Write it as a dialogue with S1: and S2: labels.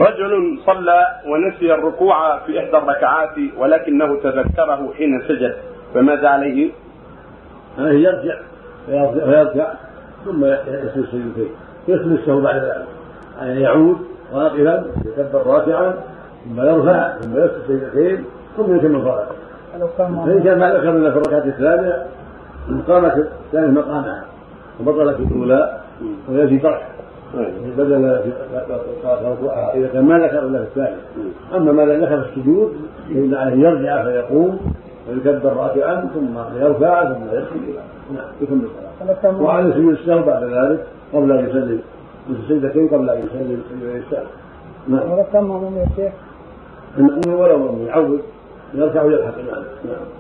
S1: رجل صلى ونسي الركوع في إحدى الركعات ولكنه تذكره حين سجد، فماذا عليه؟
S2: يرجع ويرجع ثم يسجد سجدتين، يسجد السهو بعد ذلك، يعني يعود واقفا يكبر راكعا ثم يرفع ثم يسجد سجدتين ثم يكمل صلاته. فإن كان ما ذكر الا في الركعة الثانية قامت الثانية مقامها وبطلت الأولى ويأتي طرح بدل إذا كان ما ذكر إلا في الثانية. أما ما ذكر في السجود فإن عليه يرجع فيقوم ويكبر راكعا ثم يرفع ثم يسجد يكمل الصلاة، وعلى سجود السهو بعد ذلك قبل أن يسلم السجدتين قبل أن يسلم السهو. نعم.
S3: ولو تمم يا شيخ
S2: ولو يعود يرفع ويضحك. نعم.